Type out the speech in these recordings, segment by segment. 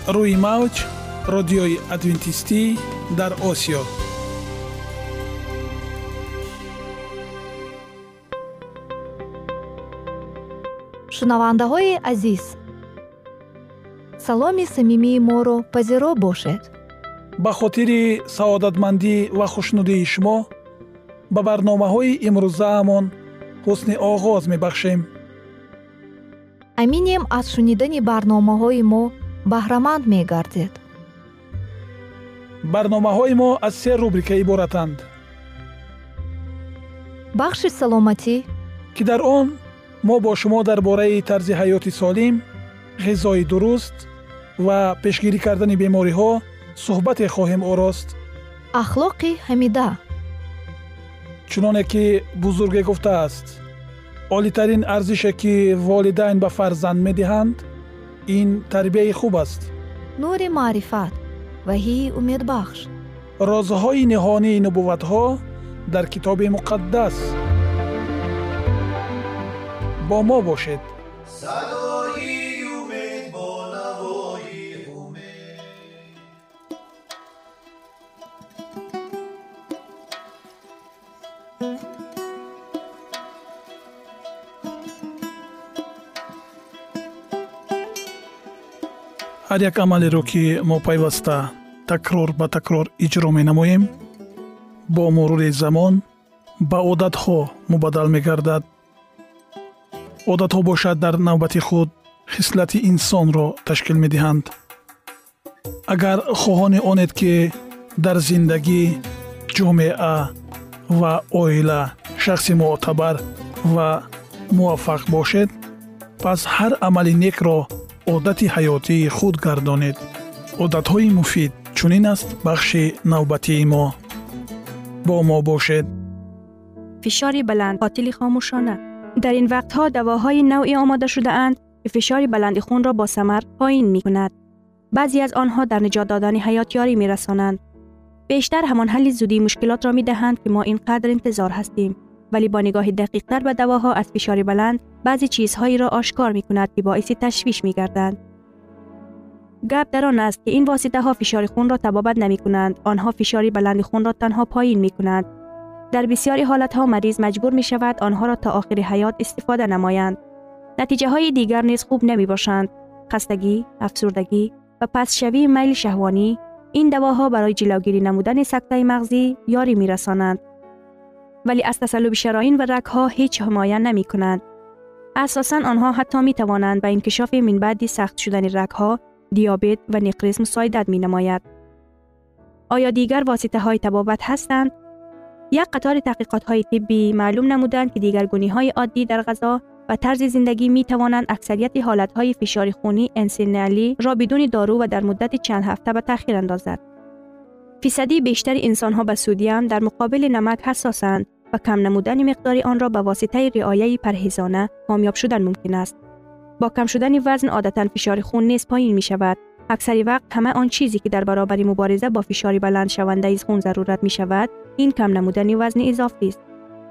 روی موج رادیوی ادوینتیستی در آسیا. шунавандаҳои азиз, саломи самимии моро пазиро бошед. ба хотири саодатмандӣ ва хушнудии шумо ба барномаҳои имрӯзаамон ҳусни оғоз мебахшем. аминем аз шунидани барномаҳои мо баҳраманд мегардед. барномаҳои мо аз 3 рубрика иборатанд. бахши саломатӣ ки дар он мо бо шумо дар бораи тарзи ҳаёти солим, ғизои дуруст ва пешгирӣ кардани бемориҳо суҳбате хоҳем орост. ахлоқи ҳамида. чуноне ки бузурге гуфтааст, олитарин арзише ки волидайн ба фарзанд медиҳанд, ин тарбияи хуб аст. нури маърифат, ваҳии умедбахш. розҳои ниҳонии нубувватҳо дар китоби муқаддас. با ما باشد. صدای امید با نوای امید. هر یک عملی رو که ما پیوسته تکرار به تکرار اجرا می نماییم، با مرور زمان به عادتها مبدل می گردد. عادتها باشد در نوبت خود خصلت انسان را تشکیل می دهند. اگر خواهان آنید که در زندگی، جامعه و عائله شخص معتبر و موفق باشد، پس هر عمل نیک را عادت حیاتی خود گردانید. عادتهای مفید چنین است بخش نوبتی ما. با ما باشد. فشار بلند قاتل خاموشانه. در این وقتها دواهای نوعی آماده شده اند که فشار بلند خون را با ثمر پایین می کند. بعضی از آنها در نجات دادن حیات یاری می رسانند. بیشتر همان حل زودی مشکلات را می دهند که ما اینقدر انتظار هستیم. ولی با نگاه دقیق تر به دواها از فشار بلند بعضی چیزهایی را آشکار می کند که باعث تشویش می گردند. گپ در آن است که این واسطه ها فشار خون را تبابت نمی کنند. آنها فشار بلند خون را تنها پایین می کنند. در بسیاری حالتها مریض مجبور می شود آنها را تا آخر حیات استفاده نمایند. نتیجه های دیگر نیز خوب نمی باشند. خستگی، افسردگی و پس‌شوی میل شهوانی. این دواها برای جلوگیری نمودن سکته مغزی یاری می رسانند. ولی از تصلب شرايين و رگ‌ها هیچ حمایت نمی کنند. اساساً آنها حتی می توانند به انکشاف من بعد سخت شدن رگ‌ها، دیابت و نقرس مساعدت می نماید. آیا دیگر واسطه های تبابت هستند؟ یک قطار تحقیقات های طبی معلوم نمودند که دیگرگونی های عادی در غذا و طرز زندگی می توانند اکثریت حالت های فشار خونی انسولینی را بدون دارو و در مدت چند هفته به تأخیر اندازد. فیصدی بیشتر انسان ها به سدیم در مقابل نمک حساسند و کم نمودن مقدار آن را به واسطه رعایت پرهیزانه کامیاب شدن ممکن است. با کم شدن وزن عادتاً فشار خون نیز پایین می شود. اکثر وقت همه آن چیزی که در برابر مبارزه با فشار بلند شونده از خون ضرورت می شود، این کم نمودن وزن اضافی است.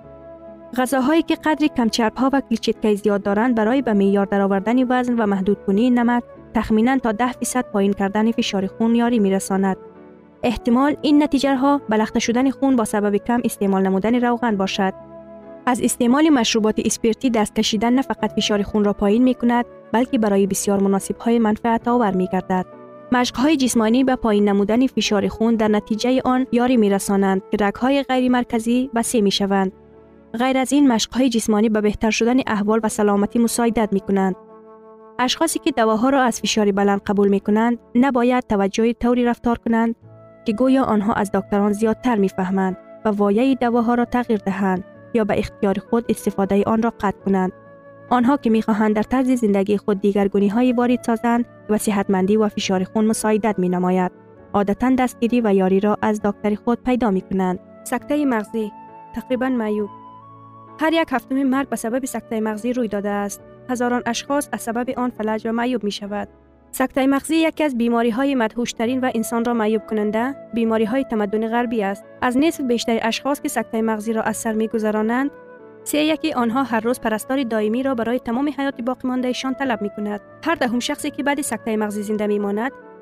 غذاهایی که قدری کم چرب‌ها و کلچیتکای زیاد دارند برای به معیار درآوردن وزن و محدود کنی نمک تخمیناً تا 10% پایین کردن فشار خون یاری می رساند. احتمال این نتیجه ها بلخته شدن خون با سبب کم استعمال نمودن روغن باشد. از استعمال مشروبات اسپرتی دست کشیدن نه فقط فشار خون را پایین می کند، بلکه برای بسیار مناسب های منفعت آور می گردد. مشق های جسمانی به پایین نمودن فشار خون در نتیجه آن یاری می رسانند که رگ های غیر مرکزی وسیع می شوند. غیر از این مشق های جسمانی به بهتر شدن احوال و سلامتی مساعدت می کنند. اشخاصی که دواها را از فشار بلند قبول می کنند نباید توجه طوری رفتار کنند که گویا آنها از دکتران زیادتر می فهمند و وایه دواها را تغییر دهند یا به اختیار خود استفاده آن را قطع کنند. آنها که می خواهند در طرز زندگی خود دیگرگونی های وارد سازند و صحتمندی و فشار خون مساعدت می نماید. عادتاً دستگیری و یاری را از دکتر خود پیدا می کنند. سکته مغزی تقریباً معیوب. هر یک هفتم مرگ به سبب سکته مغزی روی داده است. هزاران اشخاص از سبب آن فلج و معیوب می شود. سکته مغزی یکی از بیماری‌های مدهوش‌ترین و انسان را معیوب کننده بیماری‌های تمدن غربی است. از نصف بیشتر اشخاص که سکته مغزی را از سر می‌گذرانند، 3/1 آنها هر روز پرستار دائمی را برای تمام حیات باقی ماندهشان طلب می‌کند. هر دهم شخصی که بعد سکته مغزی زنده می‌ماند،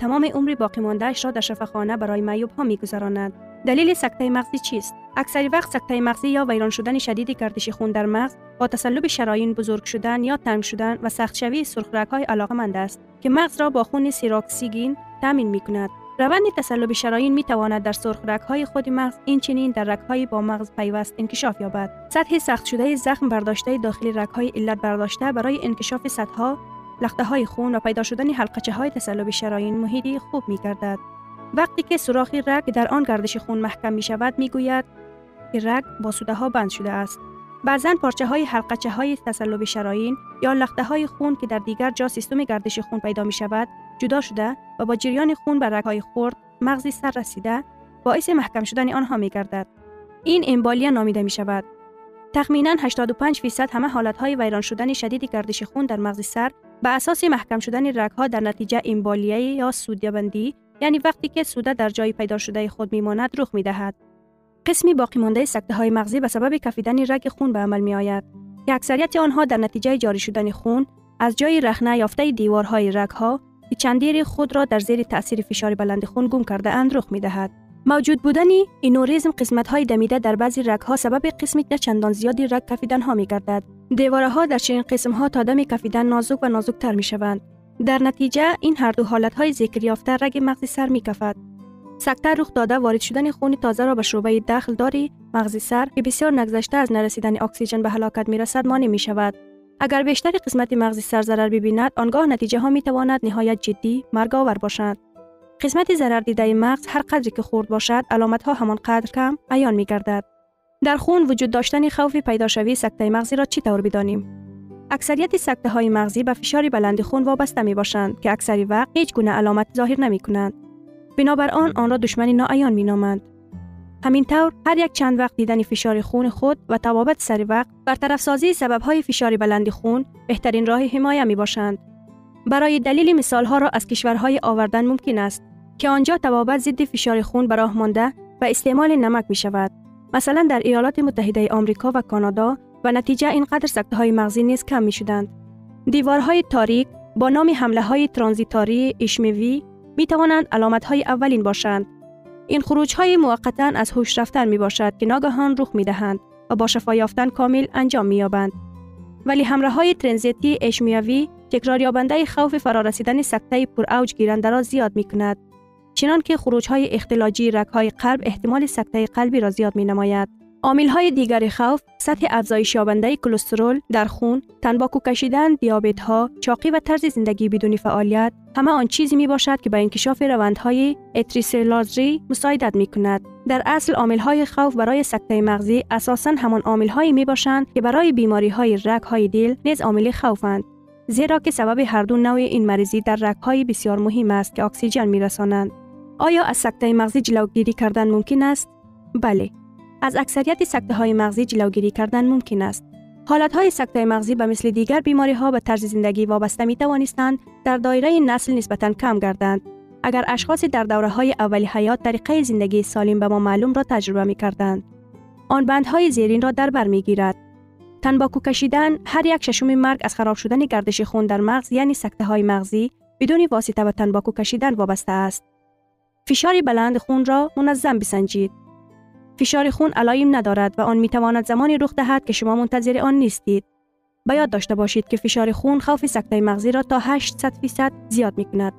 تمام عمر باقی مانده‌اش را در شفاخانه برای معیوب‌ها می‌گذراند. دلیل سکته مغزی چیست؟ اکثر وقت سکته مغزی یا ویران شدن شدید گردش خون در مغز با تصلب شرايين بزرگ شدن یا تنگ شدن و سخت شوی سرخ رگ‌های علاقمند است که مغز را با خون سیراکسیگین تامین می‌کند. روند تصلب شرايين می‌تواند در سرخ رگ‌های خود مغز اینچنین در رگ‌های با مغز پیوست انکشاف یابد. سطح سخت شده زخم برداشته داخل رگ‌های علت برداشته برای انکشاف سطح‌ها، لخته‌های خون و پیدا شدن حلقچه‌های تصلب شرايين محیطی خوب می‌گردد. وقتی که سوراخ رگ در آن گردش خون محکم می‌شود می‌گوید که رگ با سوده‌ها بند شده است. بعضاً پارچه‌های حلقچه‌های تصلب شرايين یا لخته‌های خون که در دیگر جا سیستم گردش خون پیدا می‌شود جدا شده و با جریان خون به رگ‌های خرد مغز سر رسیده باعث محکم شدن آنها می‌گردد. این امبالیا نامیده می‌شود. تخمیناً 85% همه حالت‌های ویران شدن شدید گردش خون در مغز سر به اساس محکم شدن رگ‌ها در نتیجه امبالیای یا سوده‌بندی، یعنی وقتی که سوده در جای پیدا شده خود می‌ماند، رخ می‌دهد. قسمی باقی مانده سکته‌های مغزی به سبب کفیدن رگ خون به عمل می‌آید که اکثریت آنها در نتیجه جاری شدن خون از جای رخنه یافته دیوارهای رگ‌ها که چندیر خود را در زیر تأثیر فشار بلند خون گم کرده اند رخ می‌دهد. موجود بودن اینوریزم قسمت‌های دمیده در بعضی رگ‌ها سبب قسمی نه چندان زیادی رگ کفیدن‌ها می‌گردد. دیوارها در چنین قسم‌ها تا دم کفیدن نازک و نازک‌تر می‌شوند. در نتیجه این هر دو حالت‌های ذکر یافته رگ مغز سر می‌کفد. سکته رخ داده وارد شدن خون تازه را به شعبه داخل داری مغز سر که بسیار نگذشته از نرسیدن اکسیژن به هلاکت می‌رسد مانع می‌شود. اگر بیشتر قسمت مغز سر ضرر ببیند، آنگاه نتیجه ها می‌تواند نهایت جدی مرگ آور باشد. قسمت ضرر دیده مغز هر قدری که خرد باشد، علامت‌ها همان قدر کم عیان می‌گردد. در خون وجود داشتن خوف پیدا شوی سکته مغزی را چطور بدانیم؟ اکثریت سکته‌های مغزی به فشار بلند خون وابسته می‌باشند که اکثر وقت هیچ گونه علامت ظاهر نمی‌کنند. بنابراین آن را دشمنی ناعیان می‌نامند. همینطور هر یک چند وقت دیدن فشار خون خود و طبابت سر وقت برطرف سازی سبب‌های فشار بلند خون بهترین راه حمایه می‌باشند. برای دلیل مثال‌ها را از کشورهای آوردن ممکن است که آنجا طبابت ضد فشار خون به راه مانده و استعمال نمک می‌شود. مثلا در ایالات متحده آمریکا و کانادا و نتیجه اینقدر سکته‌های مغزی نیز کم می‌شدند. دیوارهای تاریک با نام حمله‌های ترانزیتوری اشمیوی می‌توانند علامت‌های اولین باشند. این خروج‌های موقتاً از هوش رفتن می‌باشد که ناگهان رخ می‌دهند و با شفا یافتن کامل انجام می‌یابند. ولی حمله‌های ترانزیتی اشمیوی تکرار یابنده خوف فرارسیدن سکته پراوج گیرنده را زیاد می‌کند. چنانکه خروج‌های اختلاجی رگ‌های قلب احتمال سکته قلبی را زیاد می‌نماید. عامل‌های دیگر خوف، سطح افزایش یابنده کلسترول در خون، تنباکو کشیدن، دیابت‌ها، چاقی و طرز زندگی بدون فعالیت، همه آن چیزی میباشد که به انکشاف روندهای اتریسلازری مساعدت میکند. در اصل عامل‌های خوف برای سکته مغزی اساساً همان عامل‌هایی میباشند که برای بیماری‌های رگ‌های دل نیز عامل خوفند، زیرا که سبب هر دو نوع این مریضی در رگ‌های بسیار مهم است که اکسیژن میرسانند. آیا از سکته مغزی جلوگیری کردن ممکن است؟ بله. از اکثریت سکته‌های مغزی جلوگیری کردن ممکن است. حالت‌های سکته مغزی به مثل دیگر بیماری‌ها به طرز زندگی وابسته می‌توانستند در دایره نسل نسبتاً کم گردند. اگر اشخاص در دوره‌های اولی حیات طریقه زندگی سالم به ما معلوم را تجربه می‌کردند. آن بندهای زیرین را در بر می‌گیرد. تنباکو کشیدن، هر یک ششم مرگ از خراب شدن گردش خون در مغز یعنی سکته‌های مغزی بدون واسطه به تنباکو کشیدن وابسته است. فشار بلند خون را منظم بسنجید. فشار خون علائم ندارد و آن میتواند زمانی رخ دهد که شما منتظر آن نیستید. باید داشته باشید که فشار خون خوف سکته مغزی را تا 800% زیاد میکند.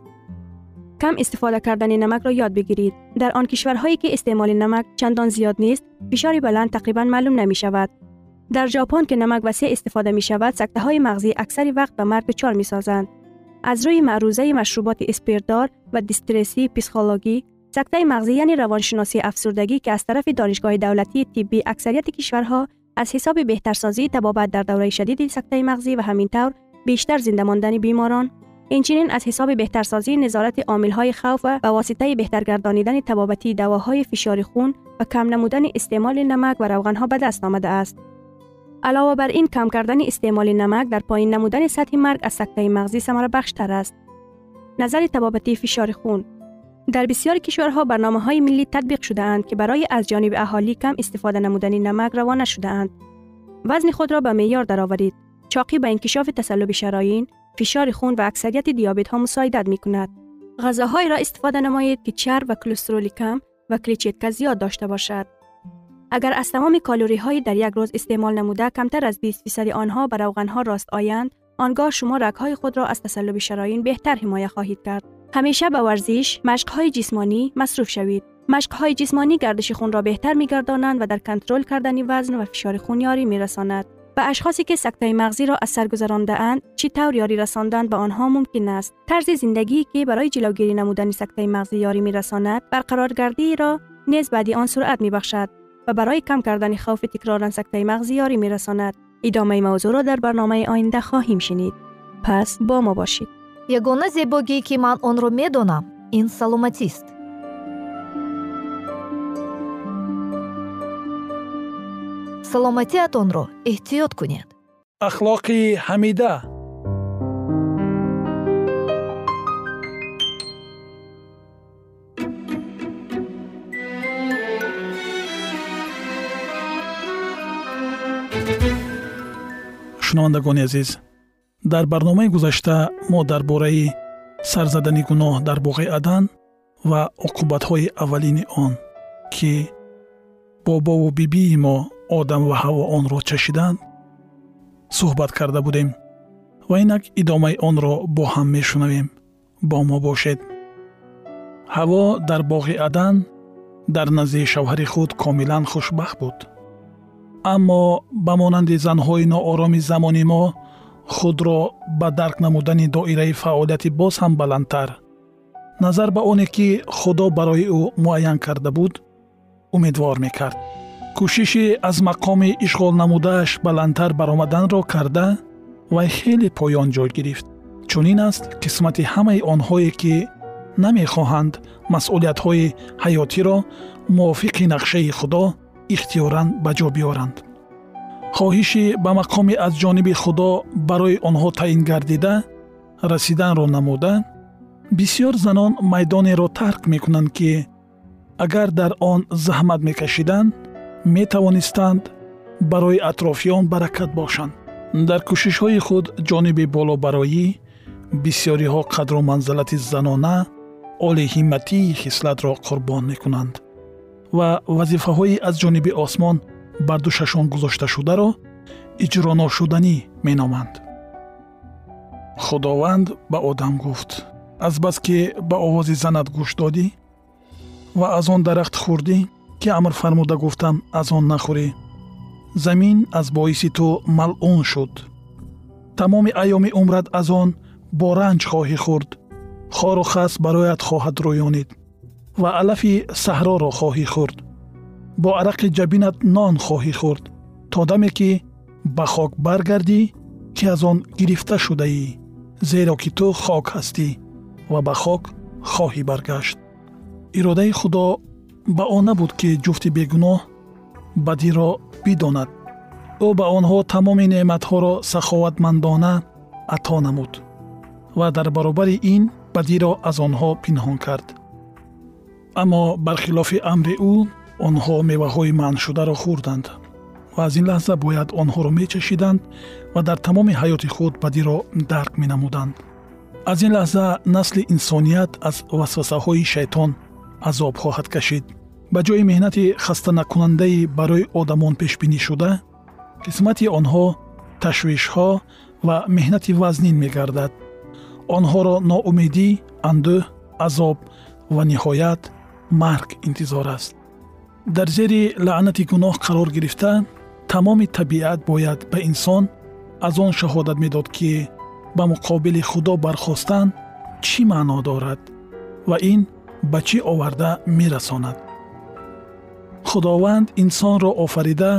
کم استفاده کردن نمک را یاد بگیرید. در آن کشورهایی که استعمال نمک چندان زیاد نیست، فشار بلند تقریبا معلوم نمی شود. در ژاپن که نمک وسیع استفاده می شود، سکته‌های مغزی اکثر وقت به مرگ دچار می سازند. از روی معروضه مشروبات اسپریدار و دیسترسی پسیکولوژی، سکته مغزی یعنی روانشناسی افسردگی که از طرف دانشگاه دولتی طبی اکثریت کشورها از حساب بهترسازی طبابت در دوره شدید سکته مغزی و همینطور بیشتر زنده ماندن بیماران، اینچنین از حساب بهترسازی نظارت عامل‌های خوف و به واسطه بهترگردانیدن طبابتی دواهای فشار خون و کم نمودن استعمال نمک و روغن‌ها به دست آمده است. علاوه بر این، کم کردن استعمال نمک در پایین نمودن سطح مرگ از سکته مغزی ثمره بخش‌تر است. نظر طبابتی فشار خون در بسیاری کشورها برنامه‌های ملی تطبیق شده‌اند که برای از جانب اهالی کم استفاده نمودن نمک روانه شده‌اند. وزن خود را به معیار درآورید. چاقی به انکشاف تصلب شرايين، فشار خون و اکثریت دیابت‌ها مساعدت می‌کند. غذاهایی را استفاده نمایید که چرب و کلسترول کم و کلیچیتکا زیاد داشته باشد. اگر از تمام کالری های در یک روز استعمال نموده کمتر از 20% آنها بر روغن ها راست آیند، آنگاه شما رگ های خود را از تصلب شرايين بهتر حمایت خواهید کرد. همیشه به ورزش، مشق های جسمانی مصروف شوید. مشق های جسمانی گردش خون را بهتر می‌گردانند و در کنترل کردن وزن و فشار خون یاری می‌رساند. به اشخاصی که سکته مغزی را از سر گذرانده‌اند، چطور یاری رساندن به آنها ممکن است؟ طرز زندگی که برای جلوگیری نمودن سکته مغزی یاری می‌رساند، برقرارگردی را نیز بعد آن سرعت می‌بخشد و برای کم کردن خوف تکرار سکته مغزی یاری می‌رساند. ادامه موضوع را در برنامه آینده خواهیم شنید. پس با ما باشید. ягона зебогие ки ман онро медонам ин саломатист. саломатиатонро эҳтиёт кунед. اخلاقی حمیده. шунавандагони азиз, дар барномаи гузашта мо дар бораи сарзадани гуноҳ дар боғи Адан ва оқубатҳои аввалини он ки бобову бибии мо одам ва ҳаво онро чашиданд суҳбат карда будем ва инак идомаи онро бо ҳам мешунавем. бо мо бошед. ҳаво дар боғи Адан дар назди шавҳари худ комилан хушбахт буд. аммо ба монанди занҳои ноороми замони мо худро ба дарк намудани доираи фаъолияти боз ҳам баландтар, назар ба оне ки худо барои ӯ муайян карда буд, умедвор мекард. кӯшиши аз мақоми ишғол намудааш баландтар баромаданро карда вай хеле поён ҷой гирифт. чунин аст қисмати ҳамаи онҳое ки намехоҳанд масъулиятҳои ҳаётиро мувофиқи нақшаи худо ихтиёран ба ҷо биёранд. хоҳиши ба мақоми аз ҷониби худо барои онҳо таъин гардида расиданро намуда, бисёр занон майдонеро тарк мекунанд ки агар дар он заҳмат мекашиданд, метавонистанд барои атрофиён баракат бошанд. дар кӯшишҳои худ ҷониби болобароӣ бисёриҳо қадру манзалати занона, олиҳиматии хислатро қурбон мекунанд ва вазифаҳои аз ҷониби осмон бар душашон гузошта шударо иҷро ношуданӣ меноманд. худованд ба одам гуфт: азбаски ба овози занат гӯш додӣ ва аз он дарахт хӯрдӣ ки амр фармуда гуфтам аз он нахӯрӣ, замин аз боиси ту малъун шуд. тамоми айёми умрат аз он бо ранҷ хоҳӣ хӯрд. хору хас бароят хоҳад рӯёнид ва алафи саҳроро хоҳӣ хӯрд. бо арақи ҷабинат нон хоҳӣ хӯрд, то даме ки ба хок баргардӣ ки аз он гирифта шудаӣ, зеро ки ту хок ҳастӣ ва ба хок хоҳӣ баргашт. иродаи худо ба он набуд ки ҷуфти бегуноҳ бадиро бидонад. ӯ ба онҳо тамоми неъматҳоро саховатмандона ато намуд ва дар баробари ин бадиро аз онҳо пинҳон кард. аммо бархилофи амри ӯ онҳо меваҳои манъшударо хӯрданд ва аз ин лаҳза бояд онҳоро мечашиданд ва дар тамоми ҳаёти худ бадиро дарк менамуданд. аз ин лаҳза насли инсоният аз васвасаҳои шайтон азоб хоҳад кашид. ба ҷои меҳнати хастанакунандаи барои одамон пешбинӣ шуда, қисмати онҳо ташвишҳо ва меҳнати вазнин мегардад. онҳоро ноумедӣ, андӯҳ, азоб ва ниҳоят марг интизор аст. дар зери лаънати гуноҳ қарор гирифта, тамоми табиат бояд ба инсон аз он шаҳодат медод ки ба муқобили худо бархостан чӣ маъно дорад ва ин ба чӣ оварда мерасонад. худованд инсонро офарида,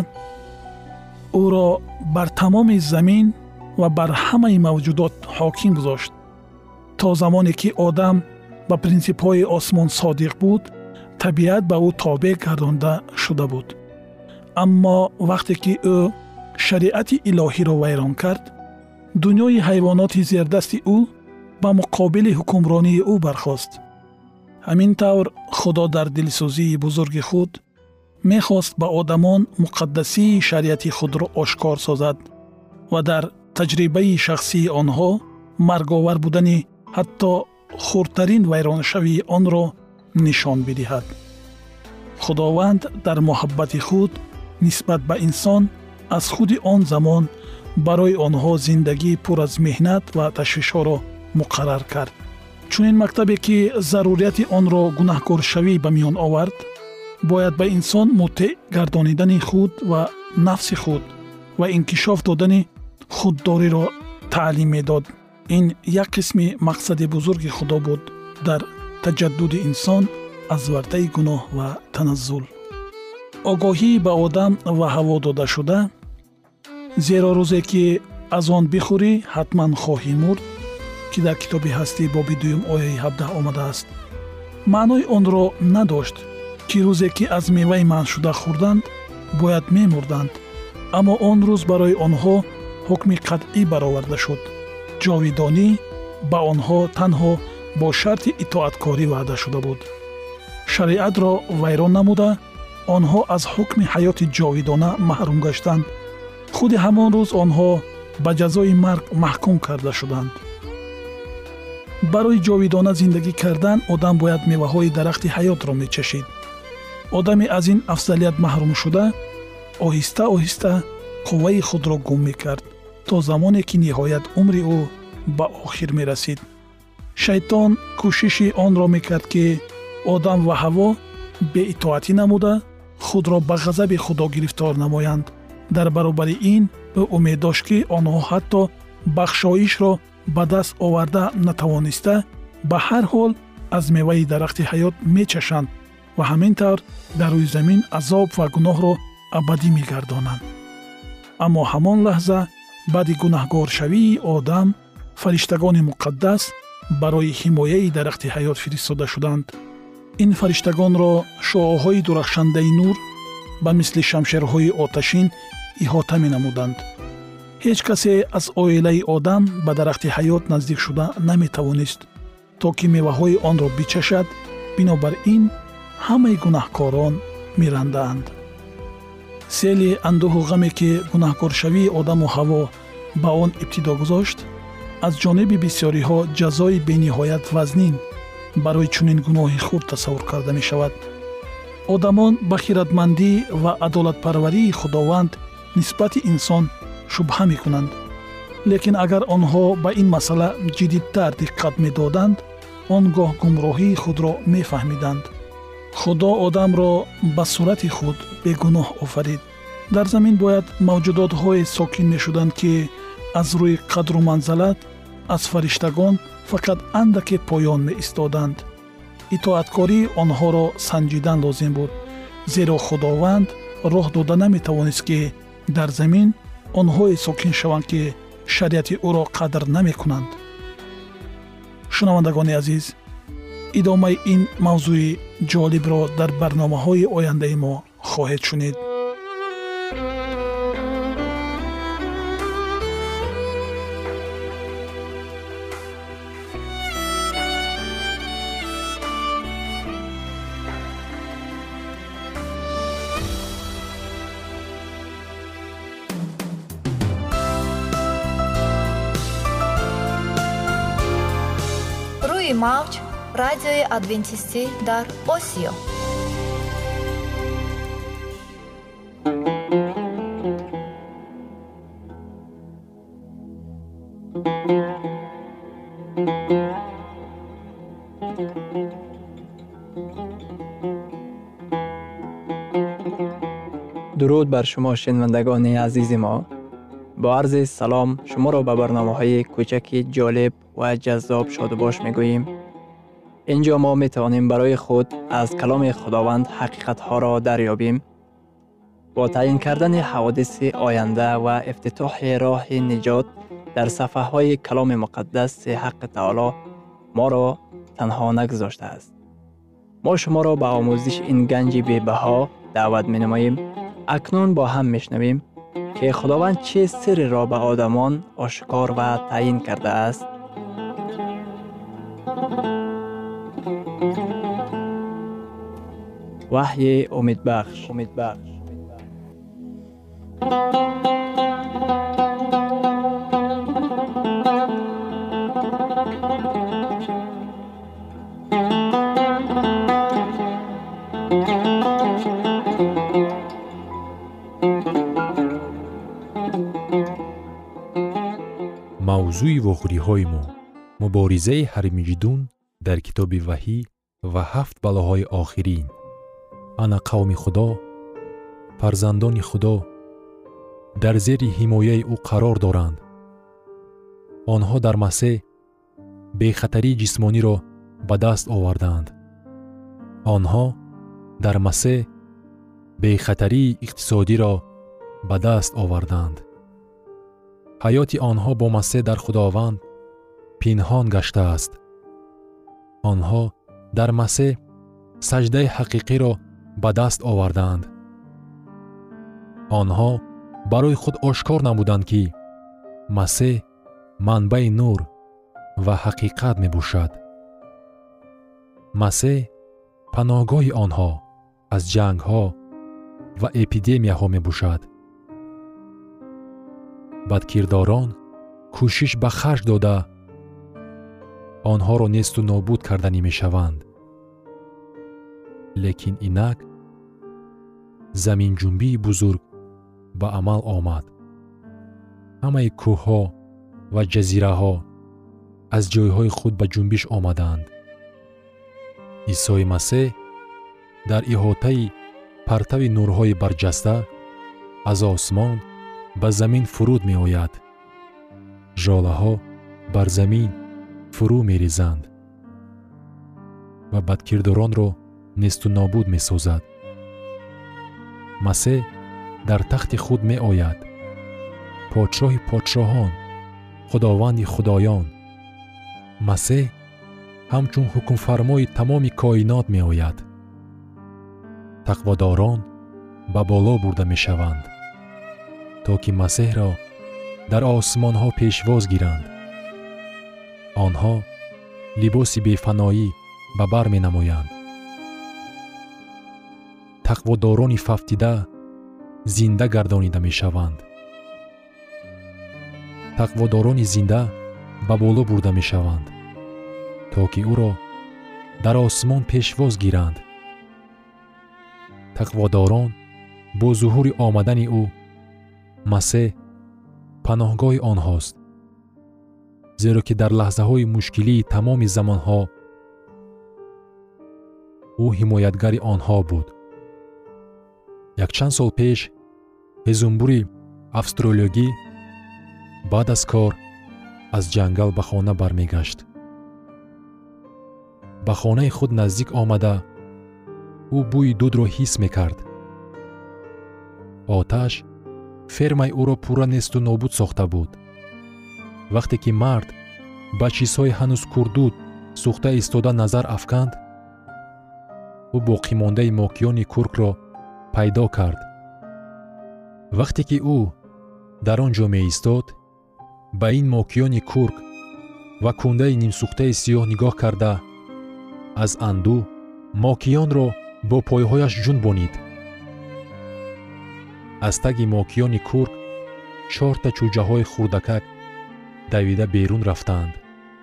ӯро бар тамоми замин ва бар ҳамаи мавҷудот ҳоким гузошт. то замоне ки одам ба принсипҳои осмон содиқ буд, табиат ба ӯ тобеъ гардонда шуда буд. аммо вақте ки ӯ шариати илоҳиро вайрон кард, дунёи ҳайвоноти зердасти ӯ ба муқобили ҳукмронии ӯ бархост. ҳамин тавр худо дар дилсӯзии бузурги худ мехост ба одамон муқаддасии шариати худро ошкор созад ва дар таҷрибаи шахсии онҳо марговар будани ҳатто хурдтарин вайроншавии онро нишон бидиҳад. худованд дар муҳаббати худ нисбат ба инсон аз худи он замон барои онҳо зиндагии пур аз меҳнат ва ташвишҳоро муқаррар кард. чунин мактабе ки зарурияти онро гунаҳкоршавӣ ба миён овард, бояд ба инсон мутеъ гардонидани худ ва нафси худ ва инкишоф додани худдориро таълим медод. ин як қисми мақсади бузурги худо буд дар таҷаддуди инсон аз вартаи гуноҳ ва таназзул. огоҳӣ ба одам ва ҳаво дода шуда, зеро рӯзе ки аз он бихӯрӣ ҳатман хоҳӣ мурд, ки дар китоби ҳастӣ боби 2 ояи 17 омадааст. маънои онро надошт ки рӯзе ки аз меваи манъ шуда хӯрданд бояд мемурданд, аммо он рӯз барои онҳо ҳукми қатъӣ бароварда шуд. ҷовидонӣ ба онҳо танҳо бо шарти итоаткорӣ ваъда шуда буд. шариатро вайрон намуда онҳо аз ҳукми ҳаёти ҷовидона маҳрум гаштанд. худи ҳамон рӯз онҳо ба ҷазои марг маҳкум карда шуданд. барои ҷовидона зиндагӣ кардан одам бояд меваҳои дарахти ҳаётро мечашид. одаме аз ин афзалият маҳрум шуда оҳиста оҳиста қувваи худро гум мекард то замоне ки ниҳоят умри ӯ ба охир мерасид. шайтон кӯшиши онро мекард ки одам ва ҳаво беитоатӣ намуда худро ба ғазаби худо гирифтор намоянд. дар баробари ин ӯ умед дошт ки онҳо ҳатто бахшоишро ба даст оварда натавониста ба ҳар ҳол аз меваи дарахти ҳаёт мечашанд ва ҳамин тавр дар рӯи замин азоб ва гуноҳро абадӣ мегардонанд. аммо ҳамон лаҳза баъди гунаҳгоршавии одам фариштагони муқаддас барои ҳимояи дарахти ҳаёт фиристода шуданд. ин фариштагонро шуоҳои дурахшандаи нур ба мисли шамшерҳои оташин иҳота менамуданд. ҳеҷ касе аз оилаи одам ба дарахти ҳаёт наздик шуда наметавонист, то ки меваҳои онро бичашад. бинобар ин ҳамаи гунаҳкорон мерандаанд. сели андӯҳу ғаме ки гунаҳкоршавии одаму ҳаво ба он ибтидо гузошт, аз ҷониби бисёриҳо ҷазои бениҳоят вазнин барои чунин гуноҳи хурд тасаввур карда мешавад. одамон ба хиратмандӣ ва адолатпарварии худованд нисбати инсон шубҳа мекунанд. лекин агар онҳо ба ин масъала ҷиддитар диққат медоданд, он гоҳ гумроҳии худро мефаҳмиданд. худо одамро ба сурати худ бегуноҳ офарид. дар замин бояд мавҷудотҳое сокин мешуданд ки аз рӯи қадру манзалат аз фариштагон фақат андаке поён меистоданд. итоаткории онҳоро санҷидан лозим буд, зеро худованд роҳ дода наметавонист ки дар замин онҳое сокин шаванд ки шариати ӯро қадр намекунанд. шунавандагони азиз, идомаи ин мавзӯи ҷолибро дар барномаҳои ояндаи мо хоҳед шунид. мавҷ радиои адвентисти дар Осиё. درود بر شما شنوندگان عزیز ما. با عرض سلام شما را به برنامه‌های کوچک جالب و جذاب شادباش می‌گوییم. اینجا ما می‌توانیم برای خود از کلام خداوند حقیقت‌ها را دریابیم. با تعیین کردن حوادث آینده و افتتاح راه نجات در صفحه‌های کلام مقدس حق تعالی ما را تنها نگذاشته است. ما شما را به آموزش این گنج بی‌بها دعوت می‌نماییم. اکنون با هم می‌شنویم که خداوند چه سری را به آدمان آشکار و تعیین کرده است. وحی امیدبخش. мавзӯи вохӯриҳои мо муборизаи ҳармиҷдун дар китоби ваҳӣ ва 7 балоҳои охирин. ана қавми худо, фарзандони худо дар зери ҳимояи ӯ қарор доранд. онҳо дар масеҳ бехатарии ҷисмониро ба даст оварданд. онҳо дар масеҳ бехатарии иқтисодиро ба даст оварданд. ҳаёти онҳо бо масеҳ дар худованд пинҳон гаштааст. онҳо дар масеҳ саҷдаи ҳақиқиро ба даст оварданд. онҳо барои худ ошкор намуданд ки масеҳ манбаи нур ва ҳақиқат мебошад. масеҳ паноҳгоҳи онҳо аз ҷангҳо ва эпидемияҳо мебошад. бадкирдорон кӯшиш ба харҷ дода онҳоро несту нобуд карданӣ мешаванд. лекин инак заминҷунбии бузург ба амал омад. ҳамаи кӯҳҳо ва ҷазираҳо аз ҷойҳои худ ба ҷунбиш омаданд. исои масеҳ дар иҳотаи партави нурҳои барҷаста аз осмон ба замин фуруд меояд. жолаҳо бар замин фурӯ мерезанд ва бадкирдоронро несту нобуд месозад. масеҳ дар тахти худ меояд. подшоҳи подшоҳон, худованди худоён. масеҳ ҳамчун ҳукмфармои тамоми коинот меояд. тақводорон ба боло бурда мешаванд, то ки масеҳро дар осмонҳо пешвоз гиранд. онҳо либоси бефаноӣ ба бар менамоянд. тақводорони фафтида зинда гардонида мешаванд. тақводорони зинда ба боло бурда мешаванд, то ки ӯро дар осмон пешвоз гиранд. тақводорон бо зуҳури омадани ӯ, масеҳ паноҳгоҳи онҳост, зеро ки дар лаҳзаҳои мушкилии тамоми замонҳо ӯ ҳимоятгари онҳо буд. якчанд сол пеш ҳезумбури австралиёгӣ баъд аз кор аз ҷангал ба хона бармегашт. ба хонаи худ наздик омада ӯ бӯи дудро ҳис мекард. оташ фермаи ӯро пурра несту нобуд сохта буд. вақте ки мард ба чизҳои ҳанӯз курдуд сӯхта истода назар афканд, ӯ боқимондаи мокиёни куркро пайдо кард. вақте ки ӯ дар он ҷо меистод, ба ин мокиёни курк ва кундаи нимсӯхтаи сиёҳ нигоҳ карда, аз андӯ мокиёнро бо пойҳояш ҷунбонид. аз таги мокиёни курк 4 чӯҷаҳои хурдакак давида берун рафтанд.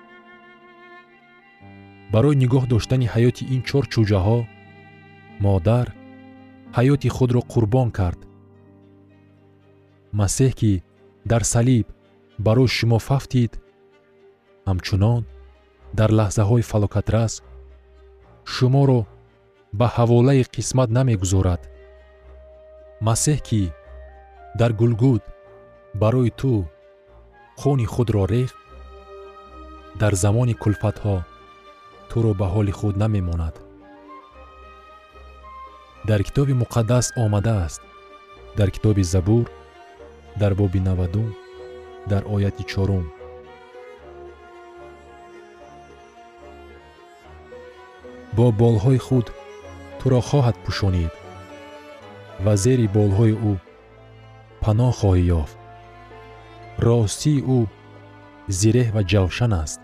барои нигоҳ доштани ҳаёти ин 4 чӯҷаҳо модар ҳаёти худро қурбон кард. масеҳ ки дар салиб барои шумо фафтид, ҳамчунон дар лаҳзаҳои фалокатрас шуморо ба ҳаволаи қисмат намегузорад. масеҳ ки дар гулгут барои ту хуни худро рехт, дар замони кулфатҳо туро ба ҳоли худ намемонад. дар китоби муқаддас омадааст, дар китоби забур дар боби 90 дар ояти 4: бо болҳои худ туро хоҳад пӯшонид ва зери болҳои ӯ паноҳ хоҳӣ ёфт. ростии ӯ зиреҳ ва ҷавшан аст.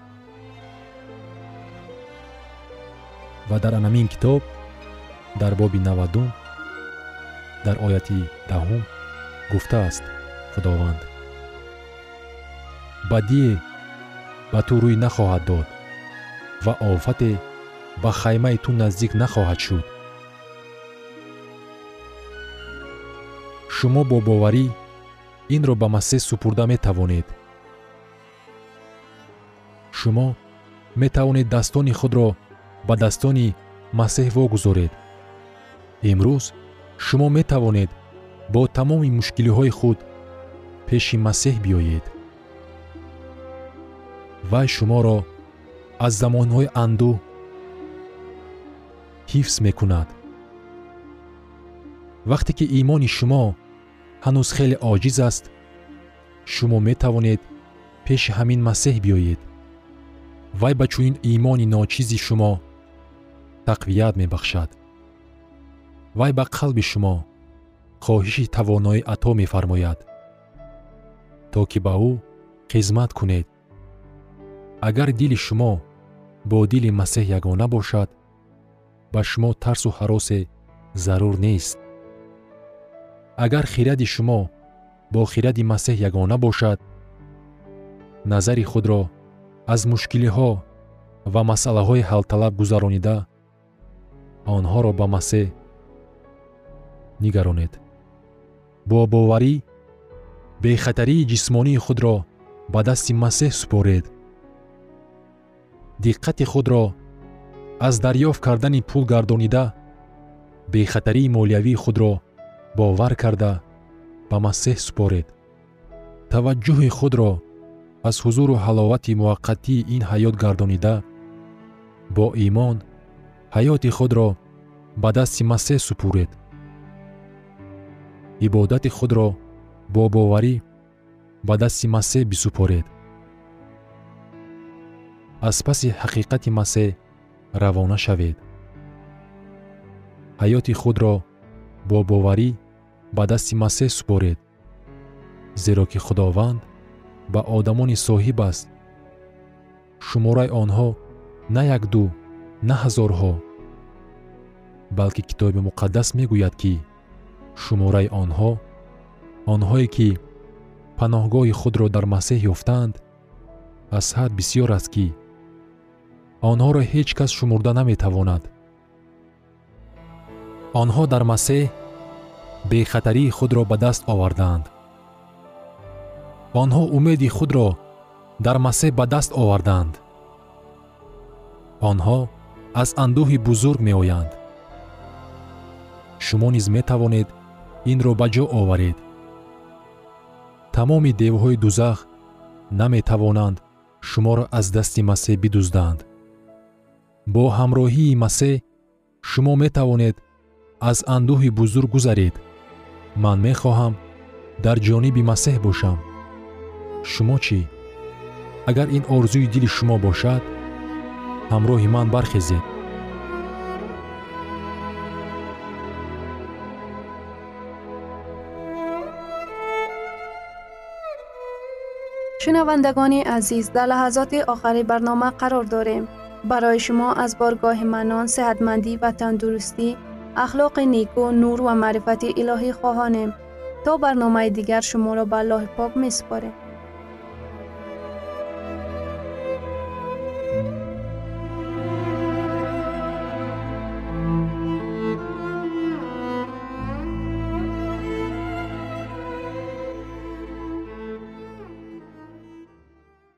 ва дар анамин китоб дар боби 90 дар ояти 10 гуфтааст худованд: бадие ба ту рӯй нахоҳад дод ва офате ба хаймаи ту наздик нахоҳад шуд. шумо бо боварӣ инро ба масеҳ супурда метавонед. شما می توانید دستان خود را به دستان مسیح واگذارید. امروز شما می توانید با تمام مشکلی های خود پیش مسیح بیایید. وی شما را از زمان های اندوه حفظ می کند. وقتی که ایمان شما هنوز خیلی عاجز است، شما می توانید پیش همین مسیح بیایید. وی به چنین ایمان ناچیز شما تقویت می بخشد. وی به قلب شما خواهش توانایی عطا می فرماید تا که به او خدمت کنید. اگر دل شما با دل مسیح یگانه باشد، به شما ترس و هراس ضرور نیست. اگر خرد شما با خرد مسیح یگانه باشد، نظر خود را از مشکلی ها و مسئله های حل طلب گذرانیده آنها را به مسیح نگرانید. با باوری بی خطری جسمانی خود را به دست مسیح سپارید. دقت خود را از دریافت کردن پول گردانیده، بی خطری مالیوی خود را باور کرده به مسیح سپارید. توجه خود را از حضور و حلاوت موقتی این حیات گردانیده، با ایمان حیات خود را به دست مسیح سپارید. عبادت خود را با باوری به دست مسیح بسپارید. از پس حقیقت مسیح روانه شوید. حیات خود را با باوری به دست مسیح سپارید، زیرا که خداوند به آدمان صاحب است. شماره آنها نه یک دو، نه هزارها، بلکه کتاب مقدس می گوید که شماره آنهایی که پناهگاه خود را در مسیح یافتند از حد بسیار است که آنها را هیچ کس شمرده نمی تواند. آنها در مسیح بی خطری خود را به دست آوردند. آنها امید خود را در مسیح به دست آوردند. آنها از اندوه بزرگ می آیند. شما نیز می توانید این را به جا آورید. تمام دیوهای دوزخ نمی توانند شما را از دست مسیح بدزدند. با همراهی مسیح شما می توانید از اندوه بزرگ گذرید. من می خواهم در جانب مسیح باشم. شما چی؟ اگر این آرزوی دل شما باشد، همراه من برخیزید. شنوندگان عزیز، در لحظات آخری برنامه قرار داریم. برای شما از بارگاه منان، صحتمندی و تندرستی، اخلاق نیکو، نور و معرفت الهی خواهانیم. تا برنامه دیگر شما را به الله پاک می‌سپاریم.